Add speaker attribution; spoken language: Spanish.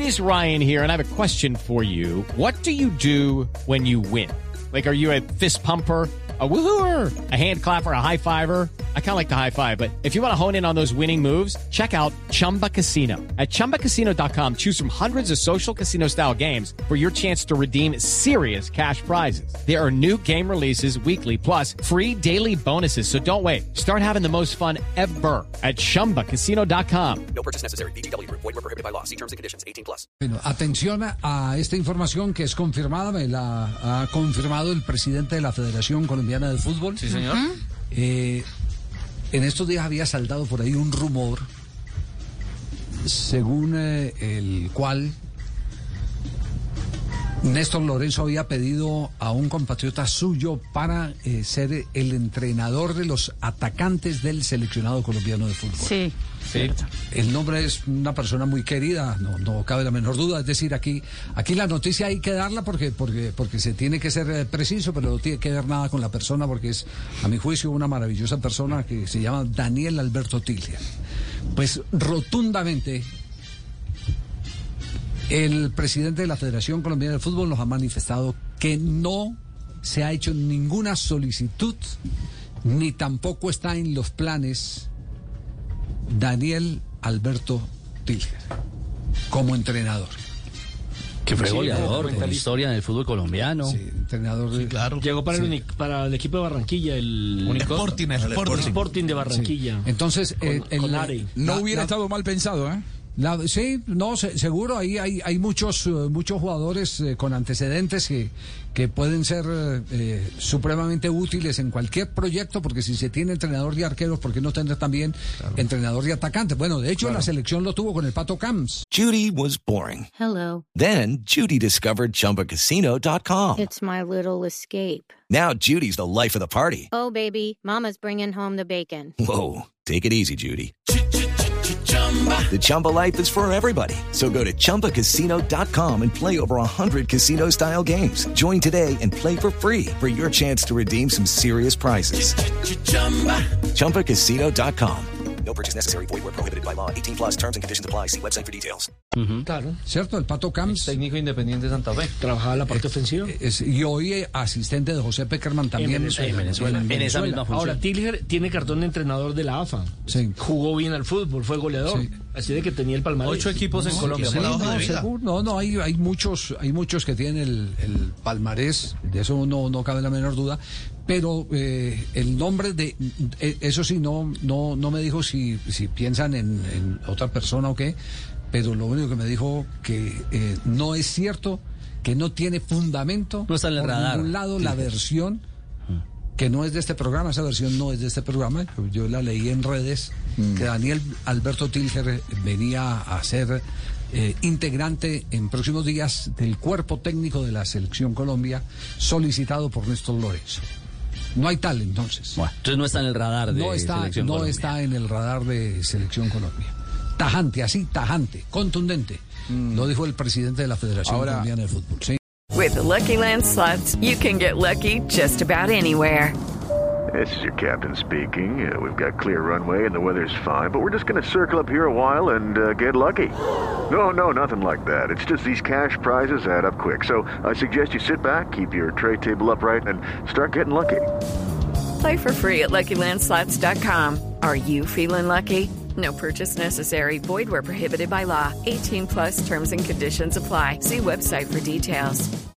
Speaker 1: It is Ryan here, and I have a question for you. What do you do when you win? Like, are you a fist pumper, a woohooer, a hand clapper, a high fiver? I kind of like the high five, but if you want to hone in on those winning moves, check out Chumba Casino. At ChumbaCasino.com, choose from hundreds of social casino-style games for your chance to redeem serious cash prizes. There are new game releases weekly, plus free daily bonuses. So don't wait. Start having the most fun ever at ChumbaCasino.com.
Speaker 2: No purchase necessary. VGW Group. Void where prohibited by law. See terms and conditions. 18+.
Speaker 3: Bueno, atención a esta información que es confirmada, me la ha confirmado el presidente de la Federación Colombiana de Fútbol.
Speaker 4: Sí, señor.
Speaker 3: En estos días había saltado por ahí un rumor según el cual Néstor Lorenzo había pedido a un compatriota suyo para ser el entrenador de los atacantes del seleccionado colombiano de fútbol.
Speaker 4: Sí.
Speaker 3: El nombre es una persona muy querida, no cabe la menor duda. Es decir, aquí la noticia hay que darla porque se tiene que ser preciso, pero no tiene que ver nada con la persona, porque es, a mi juicio, una maravillosa persona que se llama Daniel Alberto Tilger. Pues rotundamente el presidente de la Federación Colombiana de Fútbol nos ha manifestado que no se ha hecho ninguna solicitud, ni tampoco está en los planes Daniel Alberto Tilger como entrenador.
Speaker 5: Que fue goleador de la historia en el fútbol colombiano.
Speaker 3: Sí, entrenador de...
Speaker 6: Sí, claro.
Speaker 4: Llegó para, para el equipo de Barranquilla, el Sporting de Barranquilla.
Speaker 3: Sí. Entonces,
Speaker 6: no hubiera estado mal pensado, ¿eh?
Speaker 3: Sí, no, seguro, ahí hay muchos jugadores con antecedentes que pueden ser supremamente útiles en cualquier proyecto, porque si se tiene entrenador de arqueros, ¿por qué no tener también entrenador de atacantes? Bueno, de hecho, la selección lo tuvo con el Pato Camps.
Speaker 7: Judy was boring.
Speaker 8: Hello.
Speaker 7: Then Judy discovered ChumbaCasino.com.
Speaker 8: It's my little escape.
Speaker 7: Now Judy's the life of the party.
Speaker 8: Oh, baby, mama's bringing home the bacon.
Speaker 7: Whoa, take it easy, Judy. The Chumba life is for everybody. So go to ChumbaCasino.com and play over 100 casino-style games. Join today and play for free for your chance to redeem some serious prizes. ChumbaCasino.com.
Speaker 2: No purchase necessary. Void where prohibited by law. 18+. Terms and conditions apply. See website for details.
Speaker 4: Claro.
Speaker 3: ¿Cierto? El Pato Camps.
Speaker 6: Técnico independiente de Santa Fe.
Speaker 4: Trabajaba la parte ofensiva.
Speaker 3: Y hoy asistente de José Peckerman también
Speaker 4: en Venezuela.
Speaker 5: En esa misma función.
Speaker 4: Ahora, Tilger tiene cartón de entrenador de la AFA.
Speaker 3: Sí.
Speaker 4: Jugó bien al fútbol, fue goleador.
Speaker 3: Sí.
Speaker 4: Así de que tenía el palmarés.
Speaker 6: 8 equipos en Colombia.
Speaker 3: Sí, hay muchos que tienen el palmarés, de eso no cabe la menor duda, pero el nombre de eso sí no me dijo si piensan en otra persona o qué, pero lo único que me dijo que no es cierto, que no tiene fundamento
Speaker 5: no está en el
Speaker 3: por
Speaker 5: radar.
Speaker 3: ningún lado la versión que no es de este programa, esa versión no es de este programa. Yo la leí en redes, que Daniel Alberto Tilger venía a ser integrante en próximos días del cuerpo técnico de la Selección Colombia, solicitado por Néstor Lorenzo. No hay tal, entonces.
Speaker 5: Bueno, entonces no está en el radar de Selección Colombia.
Speaker 3: No está en el radar de Selección Colombia. Tajante, contundente. Lo dijo el presidente de la Federación Colombiana de Fútbol. Sí.
Speaker 9: With the Lucky Land Slots, you can get lucky just about anywhere.
Speaker 10: This is your captain speaking. We've got clear runway and the weather's fine, but we're just going to circle up here a while and get lucky. No, nothing like that. It's just these cash prizes add up quick. So I suggest you sit back, keep your tray table upright, and start getting lucky.
Speaker 9: Play for free at LuckyLandSlots.com. Are you feeling lucky? No purchase necessary. Void where prohibited by law. 18+ terms and conditions apply. See website for details.